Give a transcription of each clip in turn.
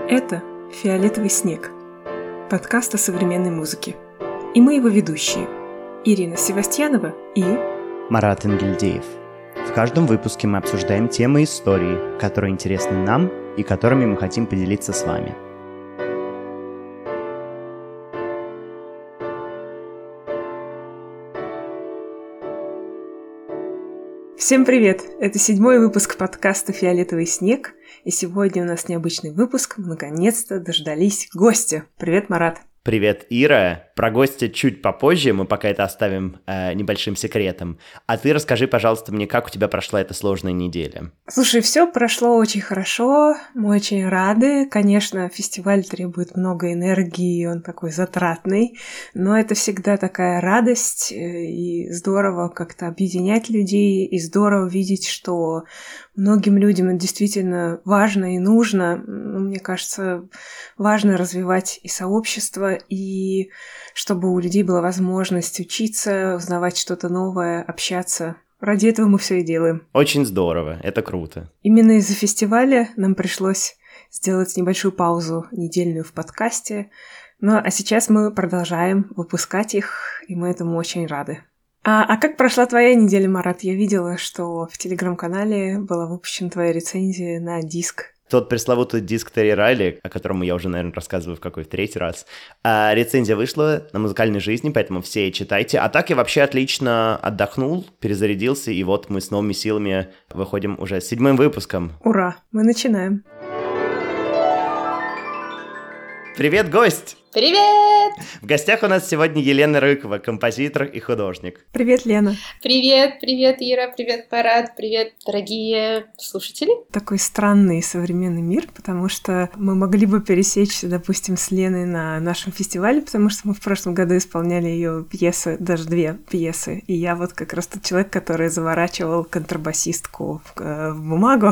Это «Фиолетовый снег» – подкаст о современной музыке. И мы его ведущие – Ирина Севастьянова и Марат Ингельдеев. В каждом выпуске мы обсуждаем темы и истории, которые интересны нам и которыми мы хотим поделиться с вами. Всем привет! Это 7-й выпуск подкаста «Фиолетовый снег», и сегодня у нас необычный выпуск. Мы наконец-то дождались гостя. Привет, Марат! Привет, Ира! Про гостя чуть попозже, мы пока это оставим небольшим секретом. А ты расскажи, пожалуйста, мне, как у тебя прошла эта сложная неделя? Слушай, все прошло очень хорошо, мы очень рады. Конечно, фестиваль требует много энергии, он такой затратный, но это всегда такая радость, и здорово как-то объединять людей, и здорово видеть, что многим людям это действительно важно и нужно. Мне кажется, важно развивать и сообщество, и чтобы у людей была возможность учиться, узнавать что-то новое, общаться. Ради этого мы все и делаем. Очень здорово, это круто. Именно из-за фестиваля нам пришлось сделать небольшую паузу недельную в подкасте. Ну, а сейчас мы продолжаем выпускать их, и мы этому очень рады. А как прошла твоя неделя, Марат? Я видела, что в Телеграм-канале была выпущена твоя рецензия на диск. Тот пресловутый диск Терри Райли, о котором я уже, наверное, рассказываю в какой-то третий раз. Рецензия вышла на «Музыкальной жизни», поэтому все читайте. А так я вообще отлично отдохнул, перезарядился, и вот мы с новыми силами выходим уже с 7-м выпуском. Ура! Мы начинаем. Привет, гость! Привет! В гостях у нас сегодня Елена Рыкова, композитор и художник. Привет, Лена. Привет, Ира, привет, Парад, привет, дорогие слушатели. Такой странный современный мир, потому что мы могли бы пересечься, допустим, с Леной на нашем фестивале, потому что мы в прошлом году исполняли ее пьесы, даже 2 пьесы, и я вот как раз тот человек, который заворачивал контрабасистку в бумагу.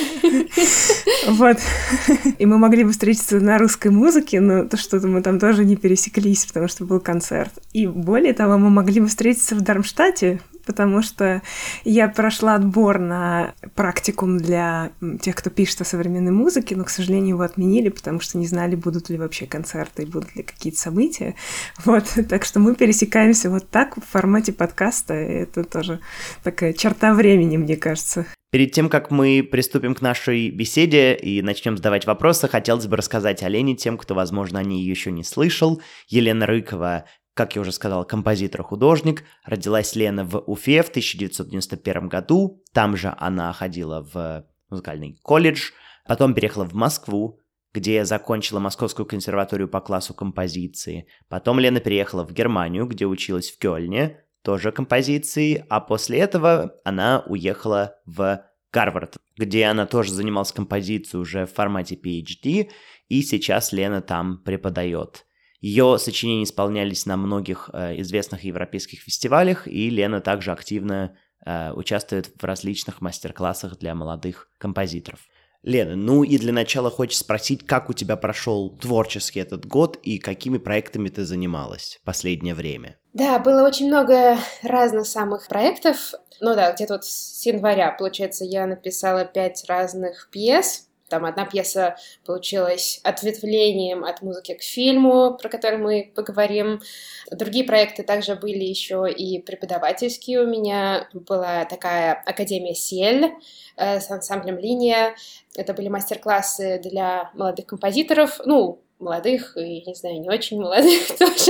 Вот. И мы могли бы встретиться на русской музыке, но то что-то мы там тоже не пересеклись, потому что был концерт. И более того, мы могли бы встретиться в Дармштадте, потому что я прошла отбор на практикум для тех, кто пишет о современной музыке, но, к сожалению, его отменили, потому что не знали, будут ли вообще концерты и будут ли какие-то события. Вот, так что мы пересекаемся вот так в формате подкаста. Это тоже такая черта времени, мне кажется. Перед тем, как мы приступим к нашей беседе и начнем задавать вопросы, хотелось бы рассказать о Лене тем, кто, возможно, о ней еще не слышал. Елена Рыкова, как я уже сказал, композитор и художник. Родилась Лена в Уфе в 1991 году. Там же она ходила в музыкальный колледж. Потом переехала в Москву, где закончила Московскую консерваторию по классу композиции. Потом Лена переехала в Германию, где училась в Кёльне, тоже композиции, а после этого она уехала в Гарвард, где она тоже занималась композицией уже в формате PhD, и сейчас Лена там преподает. Ее сочинения исполнялись на многих известных европейских фестивалях, и Лена также активно участвует в различных мастер-классах для молодых композиторов. Лена, ну и для начала хочется спросить, как у тебя прошел творческий этот год и какими проектами ты занималась в последнее время? Да, было очень много разных самых проектов. Ну да, где-то вот с января, получается, я написала 5 разных пьес. Там одна пьеса получилась ответвлением от музыки к фильму, про который мы поговорим. Другие проекты также были еще и преподавательские. У меня была такая Академия Сель с ансамблем «Линия». Это были мастер-классы для молодых композиторов, ну, молодых и, не знаю, не очень молодых тоже.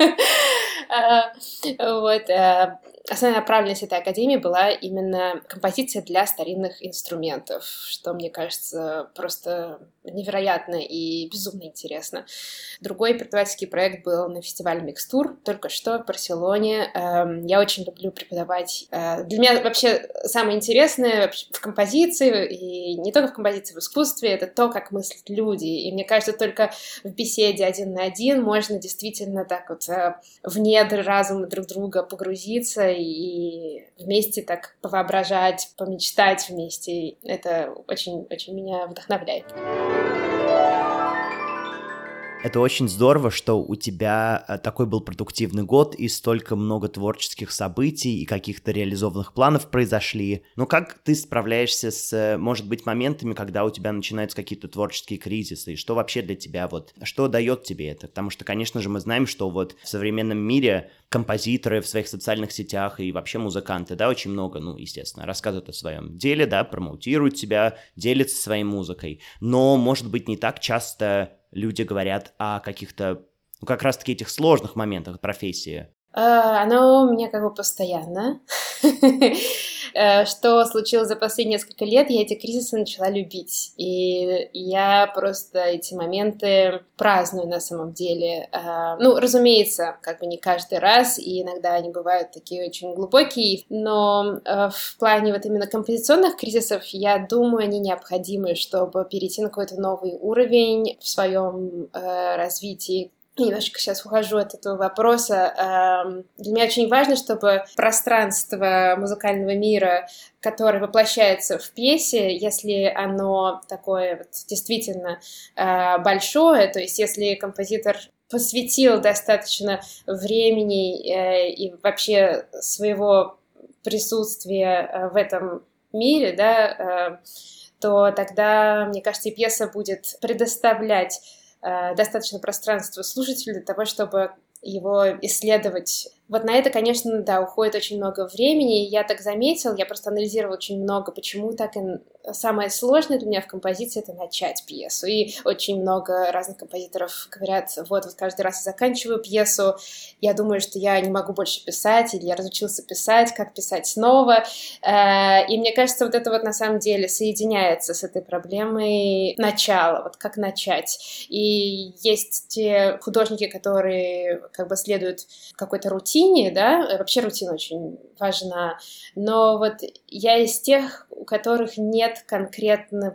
Вот. Основная направленность этой академии была именно композиция для старинных инструментов, что, мне кажется, просто невероятно и безумно интересно. Другой преподавательский проект был на фестивале «Микстур», только что в Барселоне. Я очень люблю преподавать. Для меня вообще самое интересное в композиции, и не только в композиции, в искусстве, это то, как мыслят люди. И мне кажется, только в беседе 1 на 1 можно действительно так вот в недр разума друг друга погрузиться и вместе так повоображать, помечтать вместе. Это очень-очень меня вдохновляет. Это очень здорово, что у тебя такой был продуктивный год, и столько много творческих событий и каких-то реализованных планов произошли. Но как ты справляешься с, может быть, моментами, когда у тебя начинаются какие-то творческие кризисы? И что вообще для тебя, что дает тебе это? Потому что, конечно же, мы знаем, что в современном мире композиторы в своих социальных сетях и вообще музыканты, очень много, естественно, рассказывают о своем деле, промоутируют себя, делятся своей музыкой. Но, может быть, не так часто люди говорят о каких-то, как раз-таки этих сложных моментах профессии. Оно у меня постоянно. Что случилось за последние несколько лет, я эти кризисы начала любить. И я просто эти моменты праздную на самом деле. Разумеется, не каждый раз, и иногда они бывают такие очень глубокие, но в плане именно композиционных кризисов, я думаю, они необходимы, чтобы перейти на какой-то новый уровень в своем развитии. Немножечко сейчас ухожу от этого вопроса. Для меня очень важно, чтобы пространство музыкального мира, которое воплощается в пьесе, если оно такое действительно большое, то есть если композитор посвятил достаточно времени и вообще своего присутствия в этом мире, то тогда, мне кажется, и пьеса будет предоставлять достаточно пространства слушателю для того, чтобы его исследовать. На это, конечно, уходит очень много времени. Я так заметила, я просто анализировала очень много, почему так и самое сложное для меня в композиции — это начать пьесу. И очень много разных композиторов говорят: вот каждый раз я заканчиваю пьесу, я думаю, что я не могу больше писать, или я разучился писать, как писать снова. И мне кажется, это на самом деле соединяется с этой проблемой начала, как начать. И есть те художники, которые следуют какой-то рутине, вообще рутина очень важна, но я из тех, у которых нет конкретной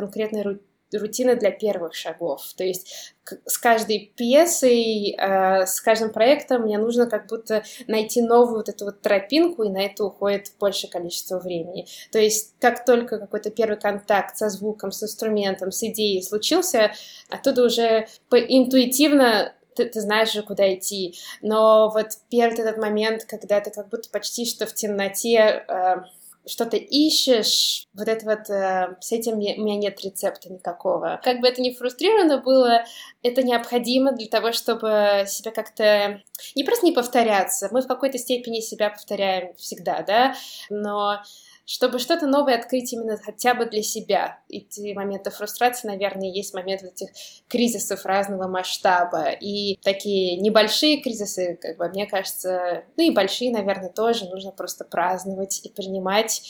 рутины для первых шагов. То есть с каждой пьесой, с каждым проектом мне нужно как будто найти новую эту тропинку, и на это уходит большее количество времени. То есть как только какой-то первый контакт со звуком, с инструментом, с идеей случился, оттуда уже интуитивно ты знаешь же, куда идти. Но первый этот момент, когда ты как будто почти что в темноте что-то ищешь, с этим у меня нет рецепта никакого. Как бы это ни фрустрировано было, это необходимо для того, чтобы себя как-то не просто не повторяться, мы в какой-то степени себя повторяем всегда, но чтобы что-то новое открыть именно хотя бы для себя. Эти моменты фрустрации, наверное, есть момент этих кризисов разного масштаба. И такие небольшие кризисы, мне кажется, и большие, наверное, тоже нужно просто праздновать и принимать.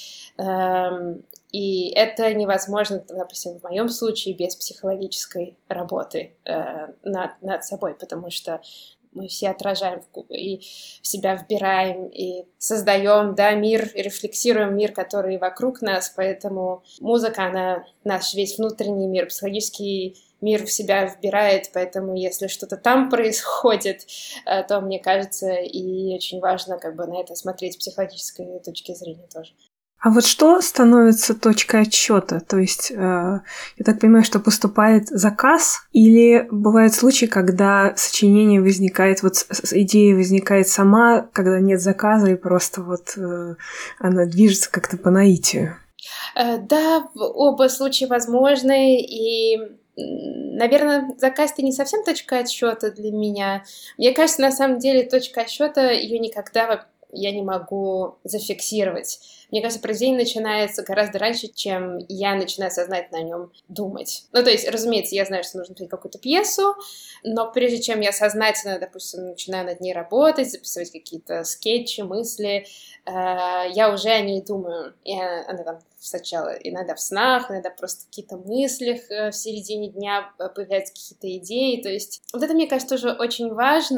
И это невозможно, допустим, в моем случае, без психологической работы над собой, потому что мы все отражаем и в себя вбираем, и создаем, мир, и рефлексируем мир, который вокруг нас, поэтому музыка, она наш весь внутренний мир, психологический мир в себя вбирает, поэтому если что-то там происходит, то, мне кажется, и очень важно на это смотреть с психологической точки зрения тоже. А что становится точкой отсчета? То есть, я так понимаю, что поступает заказ, или бывают случаи, когда сочинение возникает, идея возникает сама, когда нет заказа, и просто она движется как-то по наитию? Да, оба случая возможны, и, наверное, заказ — это не совсем точка отсчета для меня. Мне кажется, на самом деле, точка отсчета, ее никогда я не могу зафиксировать. Мне кажется, произведение начинается гораздо раньше, чем я начинаю сознательно о нем думать. То есть, разумеется, я знаю, что нужно писать какую-то пьесу, но прежде чем я сознательно, допустим, начинаю над ней работать, записывать какие-то скетчи, мысли, я уже о ней думаю. Она сначала иногда в снах, иногда просто в каких-то мыслях в середине дня появляются какие-то идеи. То есть это, мне кажется, тоже очень важно.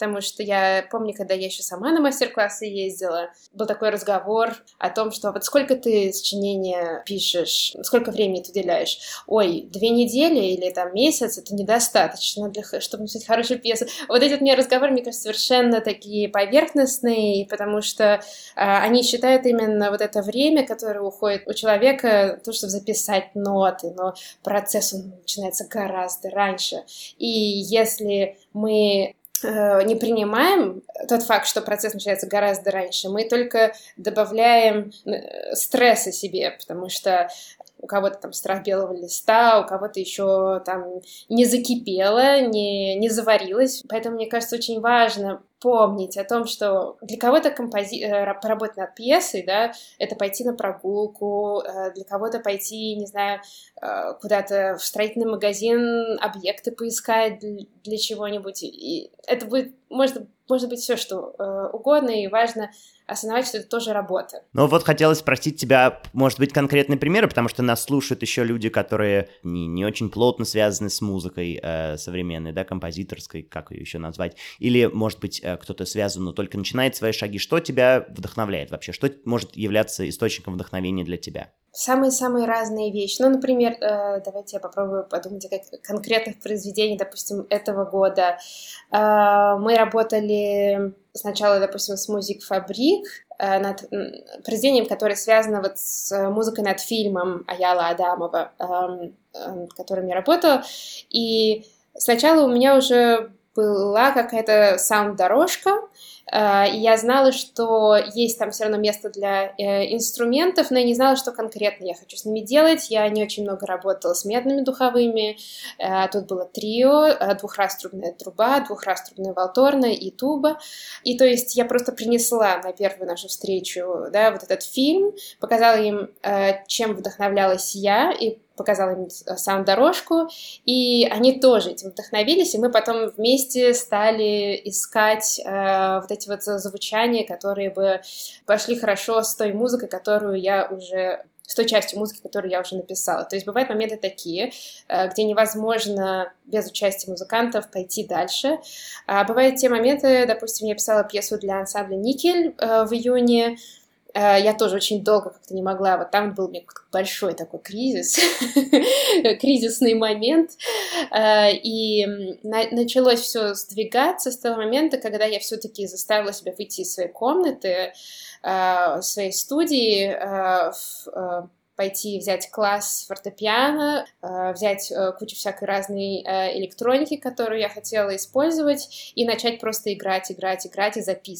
потому что я помню, когда я еще сама на мастер-классы ездила, был такой разговор о том, что вот сколько ты сочинения пишешь, сколько времени ты уделяешь. Ой, 2 недели или там месяц — это недостаточно, чтобы написать хорошую пьесу. Вот эти вот мне разговоры, мне кажется, совершенно такие поверхностные, потому что они считают именно вот это время, которое уходит у человека, то, чтобы записать ноты, но процесс он начинается гораздо раньше. И если мы не принимаем тот факт, что процесс начинается гораздо раньше, мы только добавляем стресса себе, потому что у кого-то там страх белого листа, у кого-то еще там не закипело, не заварилось. Поэтому, мне кажется, очень важно помнить о том, что для кого-то поработать над пьесой, да, это пойти на прогулку, для кого-то пойти, не знаю, куда-то в строительный магазин, объекты поискать для чего-нибудь. И это будет, может быть, все что угодно, и важно осознавать, что это тоже работа. Ну вот хотелось спросить тебя, может быть, конкретные примеры, потому что нас слушают еще люди, которые не очень плотно связаны с музыкой современной, да, композиторской, как ее еще назвать, или, может быть, кто-то связан, но только начинает свои шаги. Что тебя вдохновляет вообще? Что может являться источником вдохновения для тебя? Самые-самые разные вещи. Ну, например, давайте я попробую подумать о конкретных произведениях, допустим, этого года. Мы работали сначала, допустим, с Music Fabric над произведением, которое связано вот с музыкой над фильмом Аяла Адамова, над которым я работала. И сначала у меня уже была какая-то саунд-дорожка, и я знала, что есть там все равно место для инструментов, но я не знала, что конкретно я хочу с ними делать. Я не очень много работала с медными духовыми. Тут было трио, двухраструбная труба, двухраструбная валторна и туба. И то есть я просто принесла на первую нашу встречу, да, вот этот фильм, показала им, чем вдохновлялась я, и показала им саунд-дорожку, и они тоже этим вдохновились, и мы потом вместе стали искать вот эти вот звучания, которые бы пошли хорошо с той музыкой, с той частью музыки, которую я уже написала. То есть бывают моменты такие, где невозможно без участия музыкантов пойти дальше. А бывают те моменты, допустим, я писала пьесу для ансамбля «Никель» в июне. Я тоже очень долго как-то не могла. Вот там был у меня большой такой кризис, кризисный момент. И началось все сдвигаться с того момента, когда я все-таки заставила себя выйти из своей комнаты, своей студии, пойти взять класс фортепиано, взять кучу всякой разной электроники, которую я хотела использовать, и начать просто играть и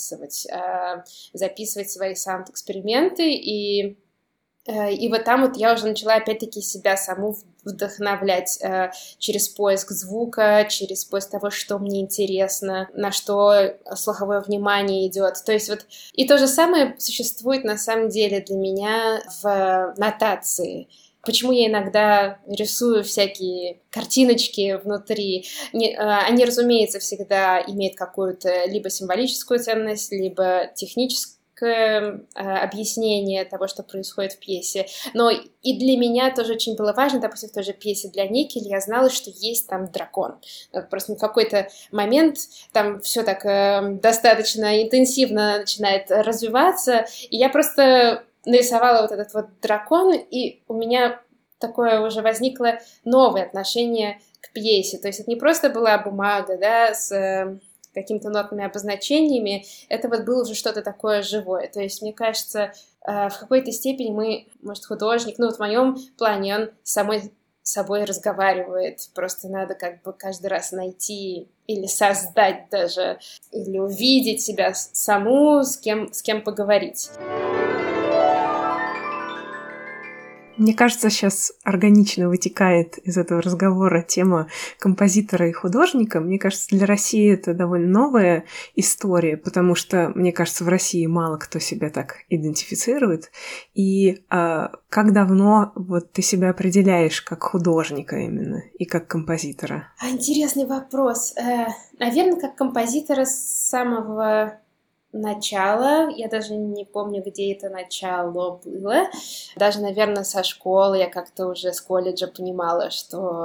записывать свои саунд-эксперименты, и вот там вот я уже начала опять-таки себя саму вдохновлять через поиск звука, через поиск того, что мне интересно, на что слуховое внимание идет. То есть вот и то же самое существует на самом деле для меня в нотации. Почему я иногда рисую всякие картиночки внутри? Они, разумеется, всегда имеют какую-то либо символическую ценность, либо техническую, объяснение того, что происходит в пьесе. Но и для меня тоже очень было важно, допустим, в той же пьесе для Никель я знала, что есть там дракон. Просто в какой-то момент там все так достаточно интенсивно начинает развиваться, и я просто нарисовала вот этот вот дракон, и у меня такое уже возникло новое отношение к пьесе. То есть это не просто была бумага, да, с какими-то нотными обозначениями, это вот было уже что-то такое живое. То есть, мне кажется, в какой-то степени мы, может, художник, ну вот в моем плане он самой собой разговаривает. Просто надо как бы каждый раз найти или создать даже, или увидеть себя саму, с кем поговорить. Мне кажется, сейчас органично вытекает из этого разговора тема композитора и художника. Мне кажется, для России это довольно новая история, потому что, мне кажется, в России мало кто себя так идентифицирует. И как давно вот ты себя определяешь как художника именно и как композитора? Интересный вопрос. Наверное, как композитора с самого начало, я даже не помню, где это начало было. Даже, наверное, со школы я как-то уже с колледжа понимала, что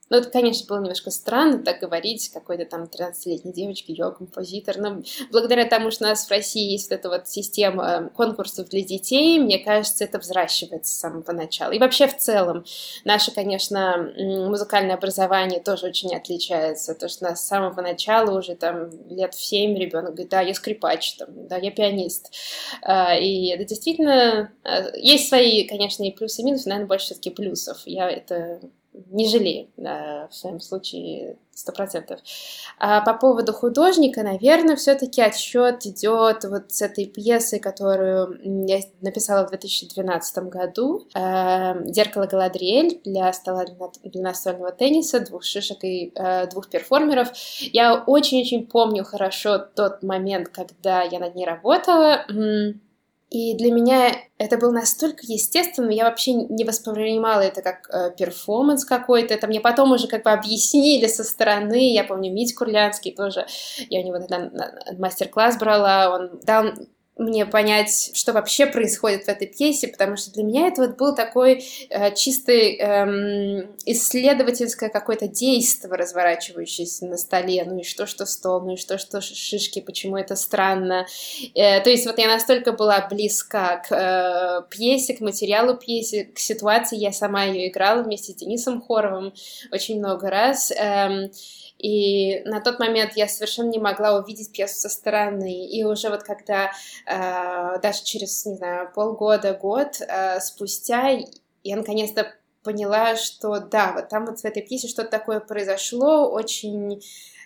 Ну, это, конечно, было немножко странно так говорить какой-то там 13-летней девочке, я композитор, но благодаря тому, что у нас в России есть вот эта вот система конкурсов для детей, мне кажется, это взращивается с самого начала. И вообще в целом наше, конечно, музыкальное образование тоже очень отличается, то, что у нас с самого начала уже там лет в 7 ребенок говорит, да, я скрипач, там, да, я пианист. И это действительно... Есть свои, конечно, и плюсы, и минусы, наверное, больше все-таки плюсов. Я это... не жалею, в своем случае 100%. А по поводу художника, наверное, все-таки отсчет идет вот с этой пьесы, которую я написала в 2012 году. «Зеркало Галадриэль» для стола для настольного тенниса, 2 шишек и 2 перформеров. Я очень-очень помню хорошо тот момент, когда я над ней работала. И для меня это было настолько естественно, я вообще не воспринимала это как перформанс какой-то, это мне потом уже как бы объяснили со стороны, я помню, Митя Курлянский тоже, я у него тогда мастер-класс брала, он дал мне понять, что вообще происходит в этой пьесе, потому что для меня это вот был такой чистый исследовательское какое-то действо, разворачивающееся на столе, ну и что стол, ну и что шишки, почему это странно. То есть вот я настолько была близка к пьесе, к материалу пьесы, к ситуации, я сама ее играла вместе с Денисом Хоровым очень много раз, и на тот момент я совершенно не могла увидеть пьесу со стороны. И уже вот когда даже через, не знаю, полгода, год спустя я наконец-то поняла, что да, вот там вот в этой пьесе что-то такое произошло, очень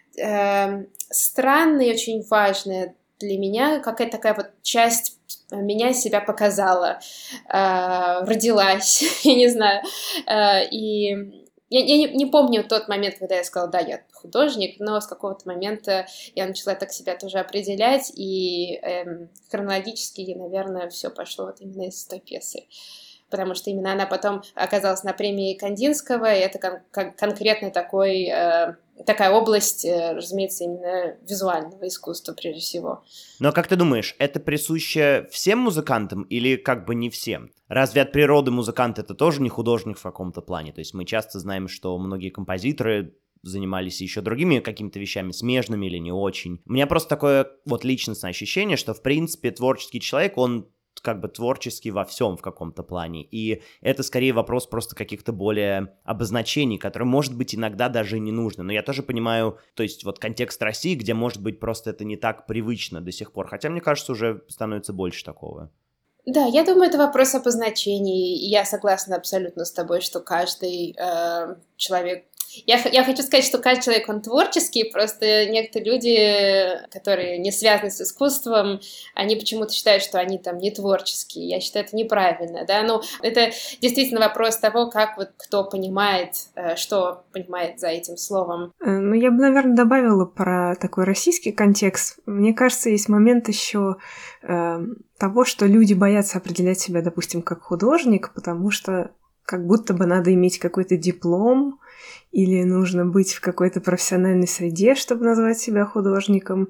странное и очень важное для меня, какая-то такая вот часть меня себя показала, родилась, я не знаю, и... Я не помню тот момент, когда я сказала, да, я художник, но с какого-то момента я начала так себя тоже определять, и хронологически, наверное, все пошло вот именно из той пьесы. Потому что именно она потом оказалась на премии Кандинского, и это конкретно такая область, разумеется, именно визуального искусства, прежде всего. Но как ты думаешь, это присуще всем музыкантам или как бы не всем? Разве от природы музыкант это тоже не художник в каком-то плане? То есть мы часто знаем, что многие композиторы занимались еще другими какими-то вещами, смежными или не очень. У меня просто такое вот личностное ощущение, что, в принципе, творческий человек, он как бы творческий во всем в каком-то плане. И это скорее вопрос просто каких-то более обозначений, которые, может быть, иногда даже и не нужны. Но я тоже понимаю, то есть вот контекст России, где, может быть, просто это не так привычно до сих пор. Хотя, мне кажется, уже становится больше такого. Да, я думаю, это вопрос обозначений. И я согласна абсолютно с тобой, что каждый человек... Я хочу сказать, что каждый человек, он творческий, просто некоторые люди, которые не связаны с искусством, они почему-то считают, что они там не творческие. Я считаю, это неправильно, да, ну, это действительно вопрос того, как вот кто понимает, что понимает за этим словом. Ну, я бы, наверное, добавила про такой российский контекст. Мне кажется, есть момент еще того, что люди боятся определять себя, допустим, как художник, потому что как будто бы надо иметь какой-то диплом или нужно быть в какой-то профессиональной среде, чтобы назвать себя художником.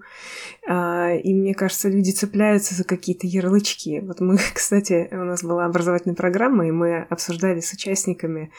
И мне кажется, люди цепляются за какие-то ярлычки. Вот мы, кстати, у нас была образовательная программа, и мы обсуждали с участниками.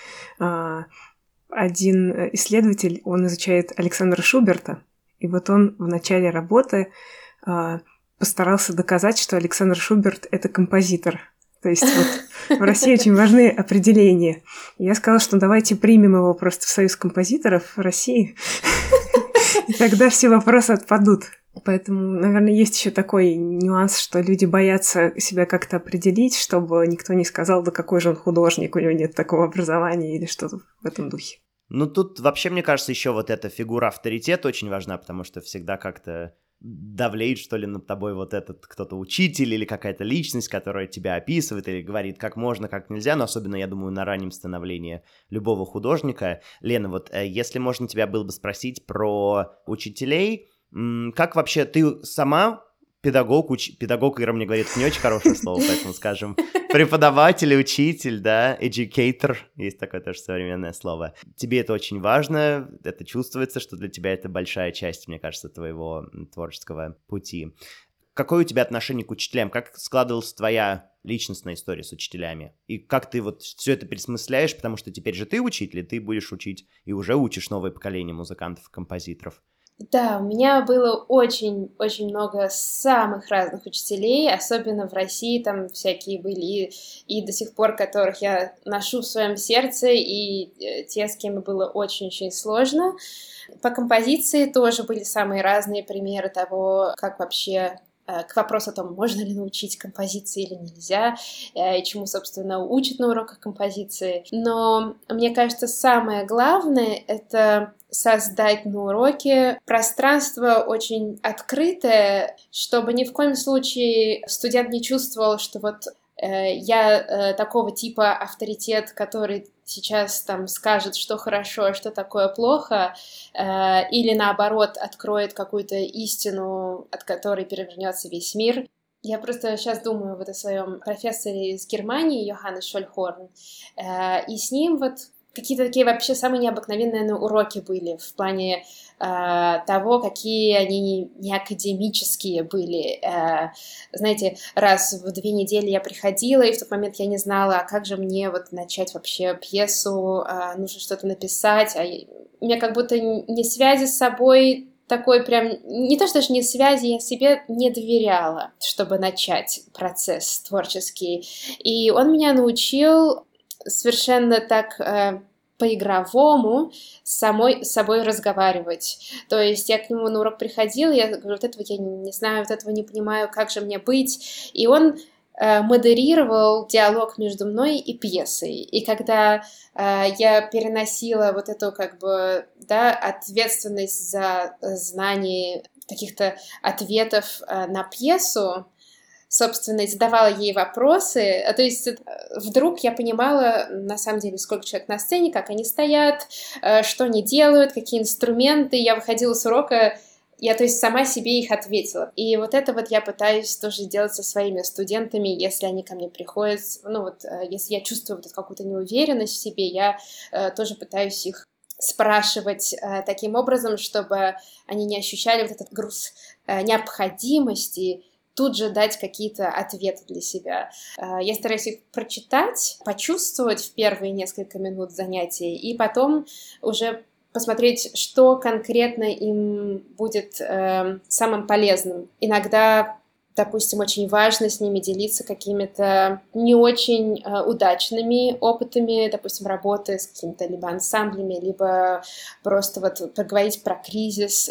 Один исследователь, он изучает Александра Шуберта, и вот он в начале работы постарался доказать, что Александр Шуберт — это композитор. То есть вот в России очень важны определения. Я сказала, что давайте примем его просто в Союз композиторов России, и тогда все вопросы отпадут. Поэтому, наверное, есть еще такой нюанс, что люди боятся себя как-то определить, чтобы никто не сказал, да какой же он художник, у него нет такого образования или что-то в этом духе. Ну, тут вообще, мне кажется, еще вот эта фигура авторитета очень важна, потому что всегда как-то давлеет, что ли, над тобой вот этот кто-то учитель или какая-то личность, которая тебя описывает или говорит, как можно, как нельзя, но особенно, я думаю, на раннем становлении любого художника. Лена, вот если можно тебя было бы спросить про учителей, как вообще ты сама педагог, Ира мне говорит, не очень хорошее слово, поэтому скажем, преподаватель, учитель, да, educator, есть такое тоже современное слово. Тебе это очень важно, это чувствуется, что для тебя это большая часть, мне кажется, твоего творческого пути. какое у тебя отношение к учителям? Как складывалась твоя личностная история с учителями? И как ты вот все это пересмысляешь, потому что теперь же ты учитель, и ты будешь учить, и уже учишь новое поколение музыкантов и композиторов. Да, у меня было очень-очень много самых разных учителей, особенно в России, там всякие были и до сих пор, которых я ношу в своем сердце, и те, с кем было очень-очень сложно. По композиции тоже были самые разные примеры того, как вообще к вопросу о том, можно ли научить композиции или нельзя, и чему, собственно, учат на уроках композиции. Но мне кажется, самое главное — это создать на уроке пространство очень открытое, чтобы ни в коем случае студент не чувствовал, что вот я такого типа авторитет, который сейчас там скажет, что хорошо, а что такое плохо, или наоборот откроет какую-то истину, от которой перевернется весь мир. Я просто сейчас думаю вот о своем профессоре из Германии, Йоханнес Шольхорн, и с ним вот какие-то такие вообще самые необыкновенные, наверное, уроки были в плане того, какие они неакадемические были. Знаете, раз в 2 недели я приходила, и в тот момент я не знала, а как же мне вот начать вообще пьесу, нужно что-то написать, у меня как будто не связи с собой такой прям, не то что даже не связи, я себе не доверяла, чтобы начать процесс творческий. И он меня научил совершенно так по-игровому с собой разговаривать. То есть я к нему на урок приходила, я говорю, вот этого я не знаю, вот этого не понимаю, как же мне быть. И он модерировал диалог между мной и пьесой. И когда я переносила вот эту как бы, да, ответственность за знание каких-то ответов на пьесу, собственно, и задавала ей вопросы. То есть вдруг я понимала, на самом деле, сколько человек на сцене, как они стоят, что они делают, какие инструменты. Я выходила с урока, я, то есть, сама себе их ответила. И вот это вот я пытаюсь тоже делать со своими студентами, если они ко мне приходят. Ну вот, если я чувствую вот какую-то неуверенность в себе, я тоже пытаюсь их спрашивать таким образом, чтобы они не ощущали вот этот груз необходимости тут же дать какие-то ответы для себя. Я стараюсь их прочитать, почувствовать в первые несколько минут занятий, и потом уже посмотреть, что конкретно им будет самым полезным. Иногда, допустим, очень важно с ними делиться какими-то не очень удачными опытами, допустим, работы с какими-то либо ансамблями, либо просто вот поговорить про кризис.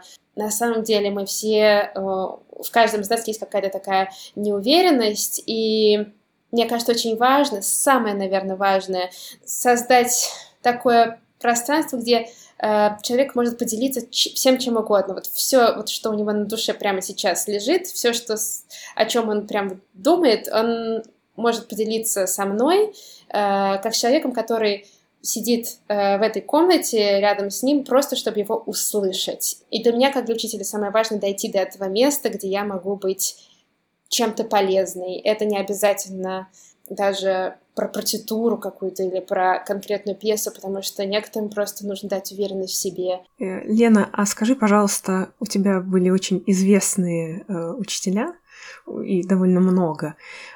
На самом деле мы все, в каждом из нас есть какая-то такая неуверенность, и мне кажется, очень важно, самое, наверное, важное, создать такое пространство, где человек может поделиться всем, чем угодно. Вот все, вот, что у него на душе прямо сейчас лежит, все, о чем он прям думает, он может поделиться со мной, как с человеком, который сидит в этой комнате рядом с ним, просто чтобы его услышать. И для меня, как для учителя, самое важное дойти до этого места, где я могу быть чем-то полезной. Это не обязательно даже про партитуру какую-то или про конкретную пьесу, потому что некоторым просто нужно дать уверенность в себе. Лена, а скажи, пожалуйста, у тебя были очень известные учителя, и довольно много.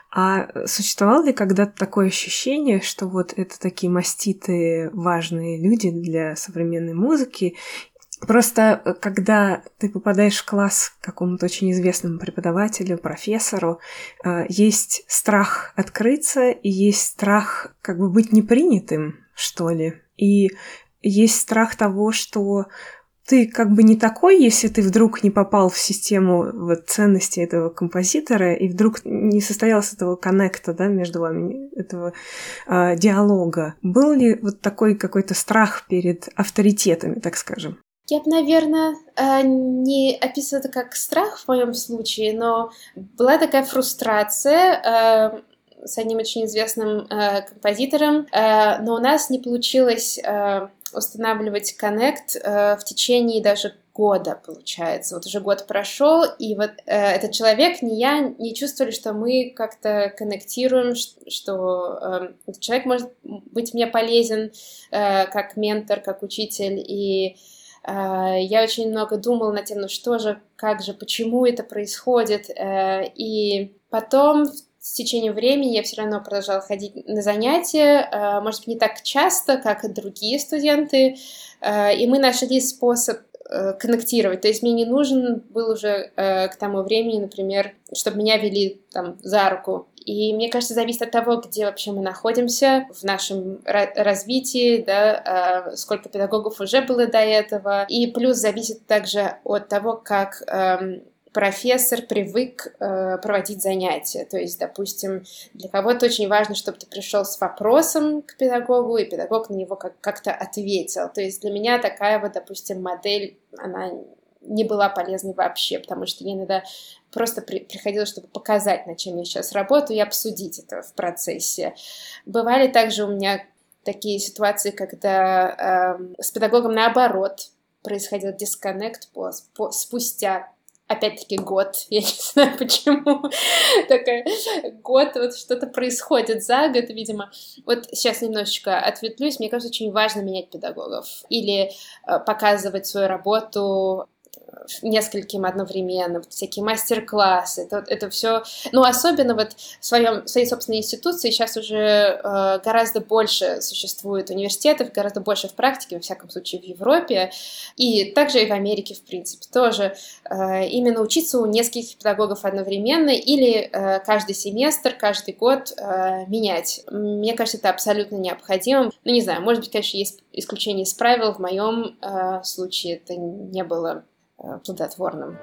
А существовало ли когда-то такое ощущение, что вот это такие маститые, важные люди для современной музыки? Просто когда ты попадаешь в класс к какому-то очень известному преподавателю, профессору, есть страх открыться, и есть страх как бы быть непринятым, что ли. И есть страх того, что ты как бы не такой, если ты вдруг не попал в систему вот, ценностей этого композитора, и вдруг не состоялось этого коннекта, да, между вами, этого диалога. Был ли вот такой какой-то страх перед авторитетами, так скажем? Я бы, наверное, не описывала это как страх в моем случае, но была такая фрустрация с одним очень известным композитором, но у нас не получилось устанавливать коннект в течение даже года, получается. Вот уже год прошел, и вот этот человек, ни я, не чувствовали, что мы как-то коннектируем, что этот человек может быть мне полезен как ментор, как учитель, и Я очень много думала над тем, ну что же, как же, почему это происходит. И потом с течением времени я все равно продолжала ходить на занятия, может быть, не так часто, как и другие студенты, и мы нашли способ коннектировать. То есть мне не нужен был уже к тому времени, например, чтобы меня вели там за руку. И мне кажется, зависит от того, где вообще мы находимся в нашем развитии, да, сколько педагогов уже было до этого. И плюс зависит также от того, как профессор привык проводить занятия. То есть, допустим, для кого-то очень важно, чтобы ты пришел с вопросом к педагогу, и педагог на него как-то ответил. То есть для меня такая вот, допустим, модель, она не была полезной вообще, потому что я иногда просто приходила, чтобы показать, над чем я сейчас работаю, и обсудить это в процессе. Бывали также у меня такие ситуации, когда с педагогом наоборот происходил дисконнект спустя опять-таки год, я не знаю почему, такая год, вот что-то происходит за год, видимо. Вот сейчас немножечко ответвлюсь, мне кажется, очень важно менять педагогов или показывать свою работу нескольким одновременно, вот всякие мастер-классы, это все, ну, особенно вот в своей собственной институции сейчас уже гораздо больше существует университетов, гораздо больше в практике, во всяком случае, в Европе, и также и в Америке, в принципе, тоже именно учиться у нескольких педагогов одновременно или каждый семестр, каждый год менять. Мне кажется, это абсолютно необходимо. Ну, не знаю, может быть, конечно, есть исключение из правил, в моем случае это не было плодотворным.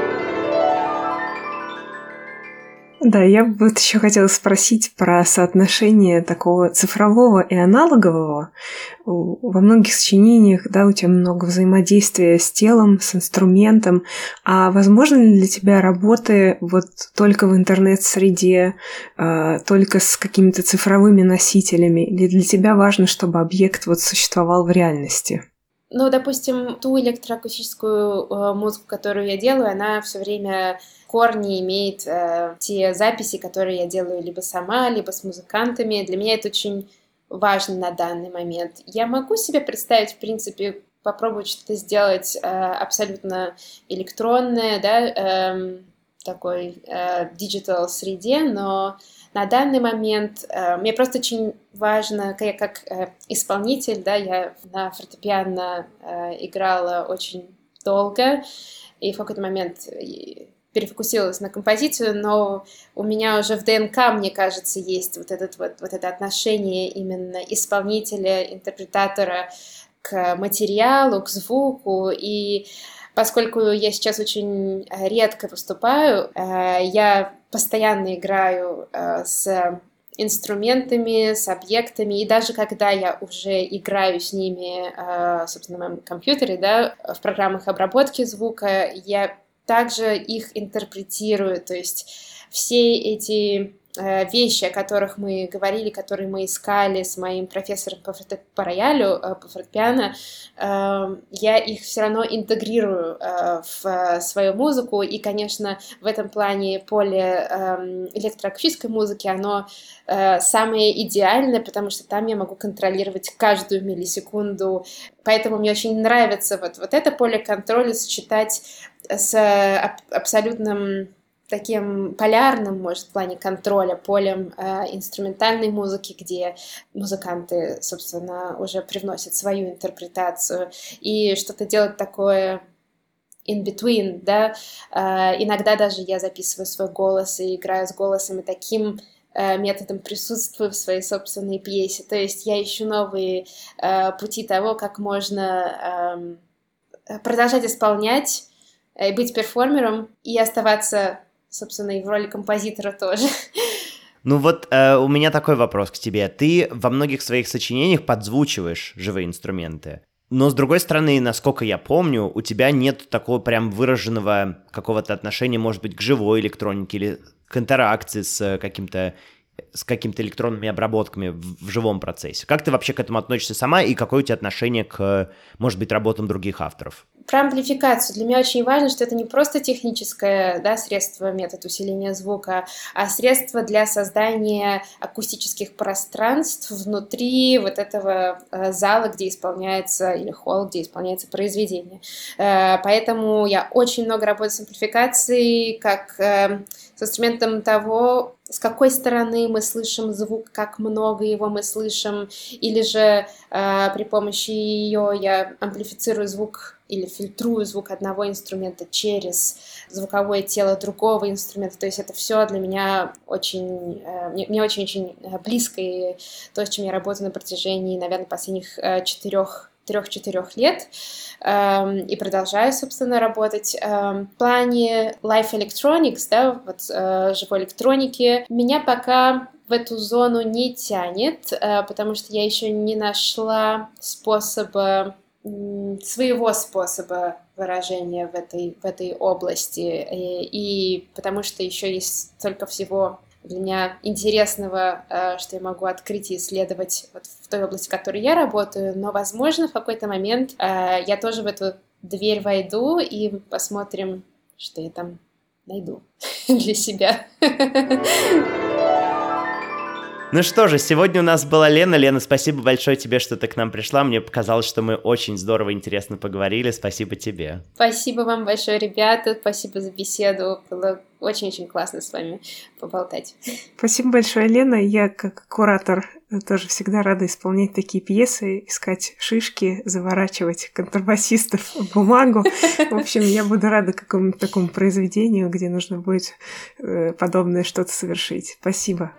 Да, я бы вот еще хотела спросить про соотношение такого цифрового и аналогового. Во многих сочинениях, да, у тебя много взаимодействия с телом, с инструментом. А возможно ли для тебя работы вот только в интернет-среде, только с какими-то цифровыми носителями? Или для тебя важно, чтобы объект вот существовал в реальности? Ну, допустим, ту электроакустическую музыку, которую я делаю, она все время корни имеет те записи, которые я делаю либо сама, либо с музыкантами. Для меня это очень важно на данный момент. Я могу себе представить, в принципе, попробовать что-то сделать абсолютно электронное, да, такой диджитал среде, но на данный момент мне просто очень важно, я как исполнитель, да, я на фортепиано играла очень долго, и в какой-то момент перефокусировалась на композицию, но у меня уже в ДНК, мне кажется, есть вот это отношение именно исполнителя, интерпретатора к материалу, к звуку, и поскольку я сейчас очень редко выступаю, я постоянно играю с инструментами, с объектами, и даже когда я уже играю с ними, собственно, на моем компьютере, да, в программах обработки звука, я также их интерпретирую, то есть все эти вещи, о которых мы говорили, которые мы искали с моим профессором по роялю, по фортепиано, я их все равно интегрирую в свою музыку, и, конечно, в этом плане поле электроакустической музыки, оно самое идеальное, потому что там я могу контролировать каждую миллисекунду, поэтому мне очень нравится вот это поле контроля сочетать с абсолютным таким полярным, может, в плане контроля, полем инструментальной музыки, где музыканты, собственно, уже привносят свою интерпретацию, и что-то делать такое in between, да, иногда даже я записываю свой голос и играю с голосом, и таким методом присутствую в своей собственной пьесе, то есть я ищу новые пути того, как можно продолжать исполнять, быть перформером и оставаться, собственно, и в роли композитора тоже. Ну вот у меня такой вопрос к тебе. Ты во многих своих сочинениях подзвучиваешь живые инструменты. Но, с другой стороны, насколько я помню, у тебя нет такого прям выраженного какого-то отношения, может быть, к живой электронике или к интеракции с каким-то с какими-то электронными обработками в живом процессе. Как ты вообще к этому относишься сама, и какое у тебя отношение к, может быть, работам других авторов? Про амплификацию. Для меня очень важно, что это не просто техническое, да, средство, метод усиления звука, а средство для создания акустических пространств внутри вот этого зала, где исполняется, или холл, где исполняется произведение. Поэтому я очень много работаю с амплификацией, как с инструментом того, с какой стороны мы слышим звук, как много его мы слышим, или же при помощи ее я амплифицирую звук или фильтрую звук одного инструмента через звуковое тело другого инструмента. То есть это все для меня очень, мне очень-очень близко, и то, с чем я работаю на протяжении, наверное, последних 3-4 лет, и продолжаю, собственно, работать. В плане Live Electronics, да, вот живой электроники, меня пока в эту зону не тянет, потому что я еще не нашла своего способа выражения в этой области, и потому что еще есть столько всего для меня интересного, что я могу открыть и исследовать вот в той области, в которой я работаю, но, возможно, в какой-то момент я тоже в эту дверь войду, и посмотрим, что я там найду для себя. Ну что же, сегодня у нас была Лена. Лена, спасибо большое тебе, что ты к нам пришла. Мне показалось, что мы очень здорово и интересно поговорили. Спасибо тебе. Спасибо вам большое, ребята. Спасибо за беседу. Было очень-очень классно с вами поболтать. Спасибо большое, Лена. Я, как куратор, тоже всегда рада исполнять такие пьесы, искать шишки, заворачивать контрабасистов в бумагу. В общем, я буду рада какому-то такому произведению, где нужно будет подобное что-то совершить. Спасибо.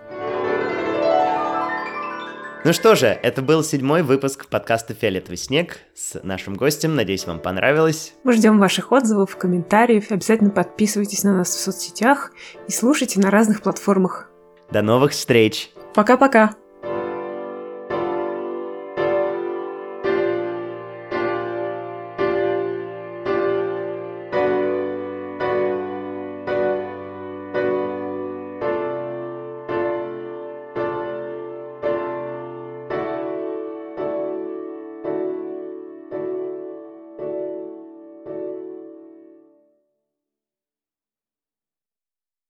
Ну что же, это был 7-й выпуск подкаста «Фиолетовый снег» с нашим гостем. Надеюсь, вам понравилось. Мы ждем ваших отзывов, комментариев. Обязательно подписывайтесь на нас в соцсетях и слушайте на разных платформах. До новых встреч! Пока-пока!